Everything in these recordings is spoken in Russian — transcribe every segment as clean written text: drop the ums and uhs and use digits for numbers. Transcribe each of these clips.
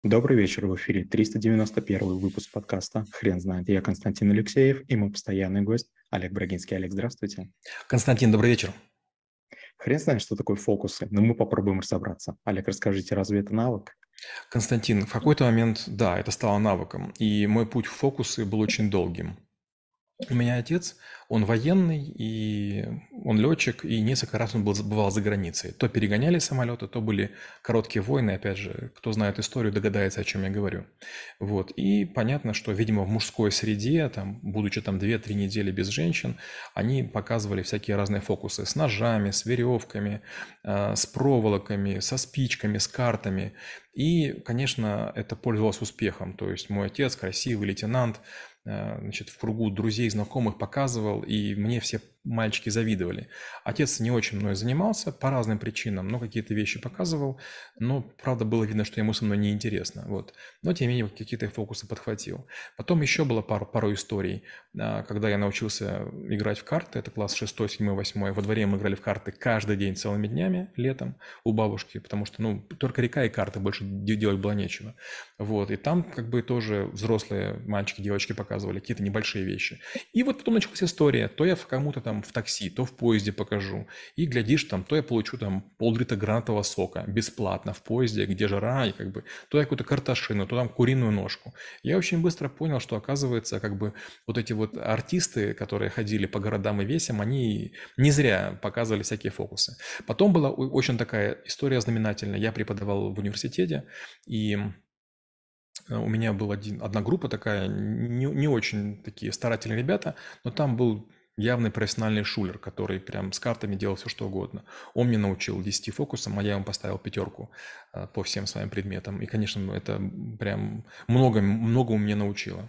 Добрый вечер, в эфире 391 выпуск подкаста «Хрен знает». Я Константин Алексеев и мой постоянный гость Олег Брагинский. Олег, здравствуйте. Константин, добрый вечер. Хрен знает, что такое фокусы, но мы попробуем разобраться. Олег, расскажите, разве это навык? Константин, в какой-то момент, да, это стало навыком, и мой путь в фокусы был очень долгим. У меня отец, он военный, и он летчик, и несколько раз он бывал за границей. То перегоняли самолеты, то были короткие войны, опять же, кто знает историю, догадается, о чем я говорю. Вот, и понятно, что, видимо, в мужской среде, там, будучи там 2-3 недели без женщин, они показывали всякие разные фокусы с ножами, с веревками, с проволоками, со спичками, с картами. И, конечно, это пользовалось успехом. То есть мой отец, красивый лейтенант, значит, в кругу друзей, знакомых показывал, и мне все мальчики завидовали. Отец не очень мной занимался по разным причинам, но какие-то вещи показывал, но, правда, было видно, что ему со мной неинтересно, вот. Но, тем не менее, какие-то фокусы подхватил. Потом еще было пару историй, когда я научился играть в карты, это класс 6, 7, 8, во дворе мы играли в карты каждый день целыми днями летом у бабушки, потому что, ну, только река и карты, больше делать было нечего. Вот, и там как бы тоже взрослые мальчики, девочки показывали какие-то небольшие вещи. И вот потом началась история, то я кому-то там в такси, то в поезде покажу, и глядишь там, то я получу там пол-литра гранатового сока бесплатно в поезде, где жара, и как бы, то я какую-то картошину, то там куриную ножку. Я очень быстро понял, что оказывается, как бы вот эти вот артисты, которые ходили по городам и весям, они не зря показывали всякие фокусы. Потом была очень такая история знаменательная. Я преподавал в университете, и у меня была одна группа такая, не очень такие старательные ребята, но там был явный профессиональный шулер, который прям с картами делал все, что угодно. Он мне научил 10 фокусам, а я ему поставил пятерку по всем своим предметам. И, конечно, это прям многому меня научило.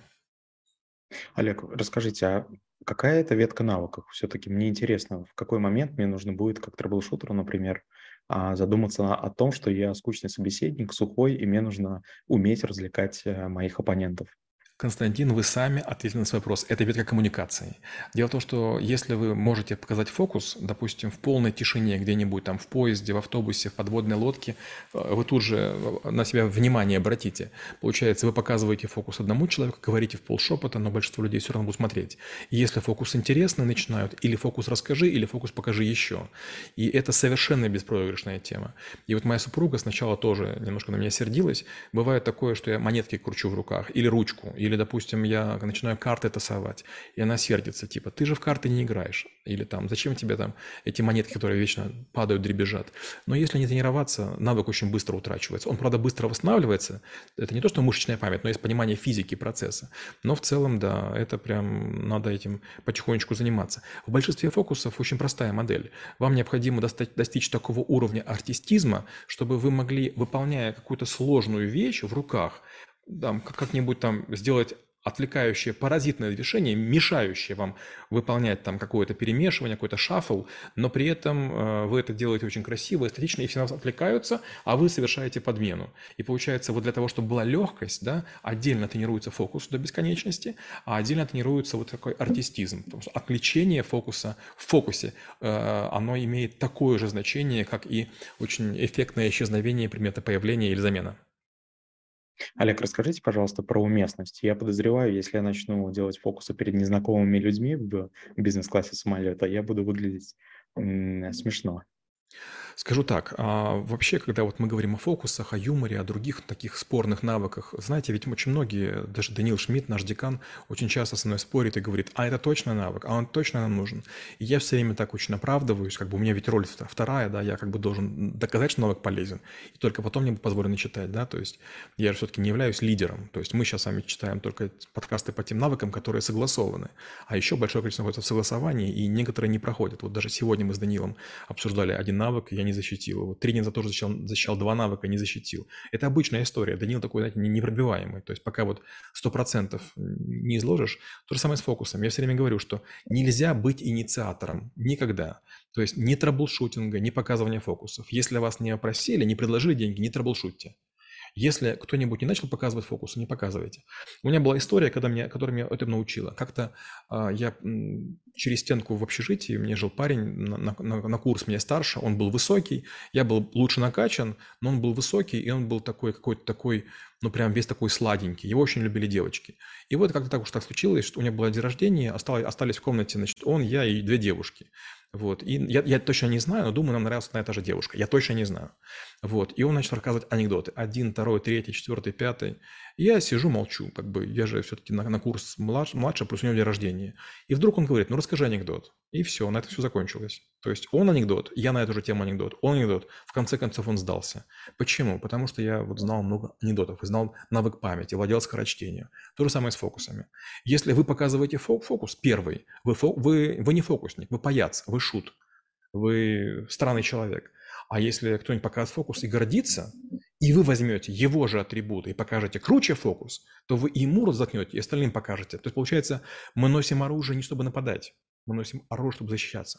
Олег, расскажите, а какая это ветка навыков? Все-таки мне интересно, в какой момент мне нужно будет, как трэблшутеру, например, задуматься о том, что я скучный собеседник, сухой, и мне нужно уметь развлекать моих оппонентов. Константин, вы сами ответили на свой вопрос. Это ветка коммуникации. Дело в том, что если вы можете показать фокус, допустим, в полной тишине, где-нибудь там в поезде, в автобусе, в подводной лодке, вы тут же на себя внимание обратите. Получается, вы показываете фокус одному человеку, говорите в полшепота, но большинство людей все равно будут смотреть. И если фокус интересный, начинают или фокус расскажи, или фокус покажи еще. И это совершенно беспроигрышная тема. И вот моя супруга сначала тоже немножко на меня сердилась. Бывает такое, что я монетки кручу в руках, или ручку, или, допустим, я начинаю карты тасовать, и она сердится, типа, ты же в карты не играешь, или там, зачем тебе там эти монетки, которые вечно падают, дребезжат. Но если не тренироваться, навык очень быстро утрачивается. Он, правда, быстро восстанавливается. Это не то, что мышечная память, но есть понимание физики процесса. Но в целом, да, это прям надо этим потихонечку заниматься. В большинстве фокусов очень простая модель. Вам необходимо достичь такого уровня артистизма, чтобы вы могли, выполняя какую-то сложную вещь в руках, там, как-нибудь там сделать отвлекающее паразитное движение, мешающее вам выполнять там какое-то перемешивание, какой-то шаффл, но при этом вы это делаете очень красиво, эстетично, и все нас отвлекаются, а вы совершаете подмену. И получается, вот для того, чтобы была легкость, да, отдельно тренируется фокус до бесконечности, а отдельно тренируется вот такой артистизм. Потому что отвлечение фокуса в фокусе, оно имеет такое же значение, как и очень эффектное исчезновение предмета появления или замена. Олег, расскажите, пожалуйста, про уместность. Я подозреваю, если я начну делать фокусы перед незнакомыми людьми в бизнес-классе самолета, я буду выглядеть смешно. Скажу так, вообще, когда вот мы говорим о фокусах, о юморе, о других таких спорных навыках, знаете, ведь очень многие, даже Даниил Шмидт, наш декан, очень часто со мной спорит и говорит, а это точно навык, а он точно нам нужен. И я все время так очень оправдываюсь, как бы у меня ведь роль вторая, да, я как бы должен доказать, что навык полезен, и только потом мне позволено читать, да, то есть я же все-таки не являюсь лидером, то есть мы сейчас с вами читаем только подкасты по тем навыкам, которые согласованы, а еще большое количество находится в согласовании, и некоторые не проходят. Вот даже сегодня мы с Данилом обсуждали один навык, я не защитил его. 3 дня тоже защищал 2 навыка, не защитил. Это обычная история. Данил такой, знаете, непробиваемый. То есть пока вот 100% не изложишь, то же самое с фокусом. Я все время говорю, что нельзя быть инициатором. Никогда. То есть ни трэблшутинга, ни показывания фокусов. Если вас не опросили, не предложили деньги, не трэблшутьте. Если кто-нибудь не начал показывать фокусы, не показывайте. У меня была история, которая меня этому научила. Как-то я через стенку в общежитии, мне жил парень на курс меня старше, он был высокий, я был лучше накачан, но он был высокий, и он был такой, какой-то такой, ну прям весь такой сладенький. Его очень любили девочки. И вот как-то так уж так случилось, что у меня было день рождения, остались в комнате, значит, он, я и две девушки. Вот. И я точно не знаю, но думаю, нам нравилась одна и та же девушка. Я точно не знаю. Вот. И он начал рассказывать анекдоты. Один, второй, третий, четвертый, пятый. И я сижу, молчу. Как бы я же все-таки на курс младше, плюс у него день рождения. И вдруг он говорит, ну расскажи анекдот. И все, на это все закончилось. То есть он анекдот, я на эту же тему анекдот, он анекдот. В конце концов он сдался. Почему? Потому что я вот знал много анекдотов, и знал навык памяти, владел скорочтением. То же самое с фокусами. Если вы показываете фокус первый, вы не фокусник, вы паяц, вы шут, вы странный человек. А если кто-нибудь показывает фокус и гордится, и вы возьмете его же атрибуты и покажете круче фокус, то вы и ему рот заткнете, и остальным покажете. То есть, получается, мы носим оружие не чтобы нападать, мы носим оружие, чтобы защищаться.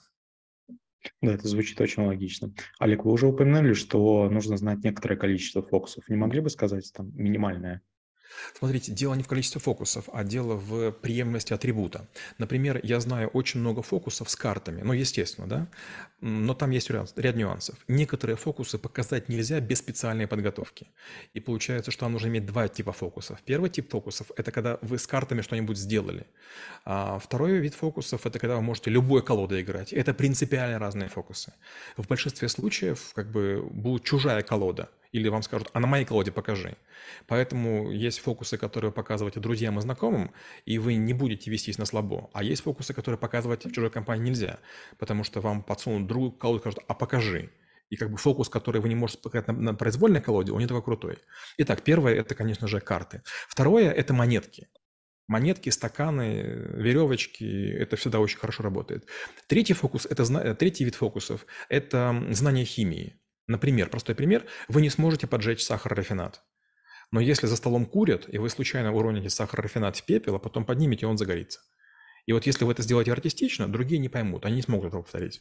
Да, это звучит очень логично. Олег, вы уже упомянули, что нужно знать некоторое количество фокусов. Не могли бы сказать там минимальное? Смотрите, дело не в количестве фокусов, а дело в преемственности атрибута. Например, я знаю очень много фокусов с картами, ну, естественно, да, но там есть ряд нюансов. Некоторые фокусы показать нельзя без специальной подготовки. И получается, что нам нужно иметь два типа фокусов. Первый тип фокусов – это когда вы с картами что-нибудь сделали. А второй вид фокусов – это когда вы можете любой колодой играть. Это принципиально разные фокусы. В большинстве случаев как бы будет чужая колода, или вам скажут, а на моей колоде покажи. Поэтому есть фокусы, которые вы показываете друзьям и знакомым, и вы не будете вестись на слабо. А есть фокусы, которые показывать в чужой компании нельзя, потому что вам подсунут другую колоду и скажут, а покажи. И как бы фокус, который вы не можете показать на произвольной колоде, он не такой крутой. Итак, первое – это, конечно же, карты. Второе – это монетки. Монетки, стаканы, веревочки – это всегда очень хорошо работает. Третий фокус – третий вид фокусов – это знание химии. Например, простой пример, вы не сможете поджечь сахарорафинат. Но если за столом курят, и вы случайно уроните сахарорафинат в пепел, а потом поднимете, он загорится. И вот если вы это сделаете артистично, другие не поймут, они не смогут этого повторить.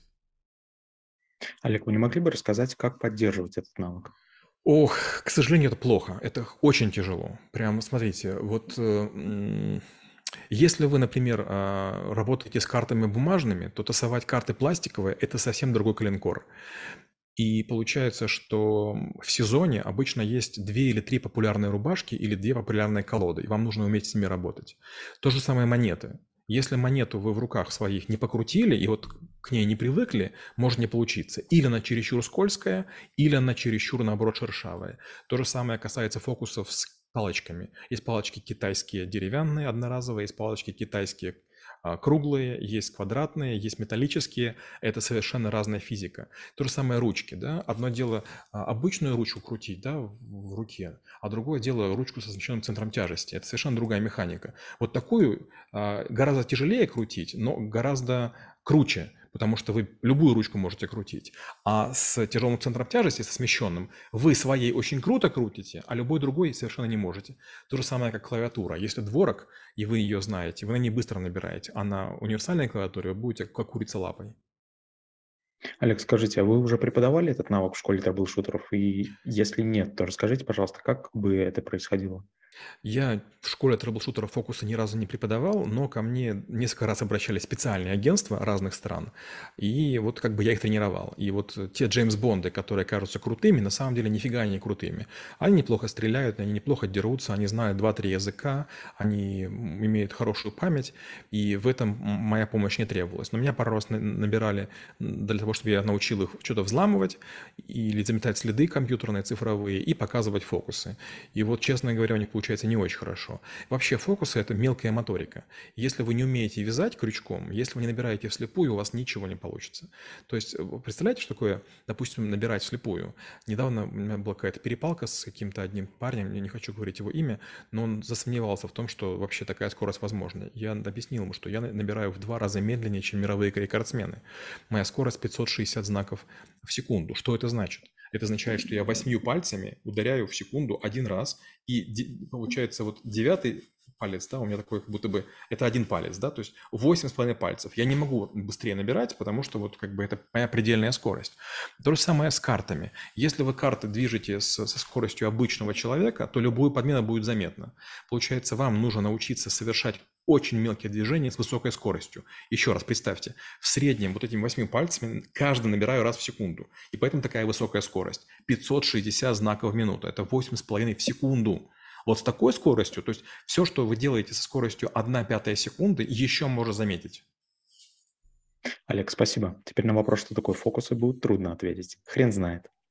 Олег, вы не могли бы рассказать, как поддерживать этот навык? Ох, к сожалению, это плохо. Это очень тяжело. Прям, смотрите, вот если вы, например, работаете с картами бумажными, то тасовать карты пластиковые – это совсем другой коленкор. И получается, что в сезоне обычно есть 2 или 3 популярные рубашки или 2 популярные колоды, и вам нужно уметь с ними работать. То же самое монеты. Если монету вы в руках своих не покрутили и вот к ней не привыкли, может не получиться. Или она чересчур скользкая, или она чересчур, наоборот, шершавая. То же самое касается фокусов с палочками. Есть палочки китайские деревянные, одноразовые, есть палочки китайские круглые, есть квадратные, есть металлические. Это совершенно разная физика. То же самое ручки, да. Одно дело обычную ручку крутить, да, в руке, а другое дело ручку со смещенным центром тяжести. Это совершенно другая механика. Вот такую гораздо тяжелее крутить, но гораздо круче, потому что вы любую ручку можете крутить. А с тяжелым центром тяжести, со смещенным, вы своей очень круто крутите, а любой другой совершенно не можете. То же самое, как клавиатура. Если дворок, и вы ее знаете, вы на ней быстро набираете, а на универсальной клавиатуре вы будете как курица лапой. Олег, скажите, а вы уже преподавали этот навык в школе трэблшутеров? И если нет, то расскажите, пожалуйста, как бы это происходило? Я в школе трэблшутера фокуса ни разу не преподавал, но ко мне несколько раз обращались специальные агентства разных стран, и вот как бы я их тренировал. И вот те Джеймс Бонды, которые кажутся крутыми, на самом деле нифига они не крутыми. Они неплохо стреляют, они неплохо дерутся, они знают 2-3 языка, они имеют хорошую память, и в этом моя помощь не требовалась. Но меня пару раз набирали для того, чтобы я научил их что-то взламывать или заметать следы компьютерные, цифровые, и показывать фокусы. И вот, честно говоря, у них получается не очень хорошо. Вообще фокусы – это мелкая моторика. Если вы не умеете вязать крючком, если вы не набираете вслепую, у вас ничего не получится. То есть, представляете, что такое, допустим, набирать вслепую? Недавно у меня была какая-то перепалка с каким-то одним парнем, я не хочу говорить его имя, но он засомневался в том, что вообще такая скорость возможна. Я объяснил ему, что я набираю в 2 раза медленнее, чем мировые рекордсмены. Моя скорость 560 знаков в секунду. Что это значит? Это означает, что я 8 пальцами ударяю в секунду 1 раз, и получается вот 9 палец, да, у меня такой как будто бы, это один палец, да, то есть 8,5 пальцев. Я не могу быстрее набирать, потому что вот как бы это моя предельная скорость. То же самое с картами. Если вы карты движете со скоростью обычного человека, то любую подмену будет заметна. Получается, вам нужно научиться совершать очень мелкие движения с высокой скоростью. Еще раз представьте, в среднем вот этими 8 пальцами каждый набираю раз в секунду. И поэтому такая высокая скорость. 560 знаков в минуту. Это 8,5 в секунду. Вот с такой скоростью, то есть все, что вы делаете со скоростью 1/5 секунды, еще можно заметить. Олег, спасибо. Теперь на вопрос, что такое фокусы, будет трудно ответить. Хрен знает.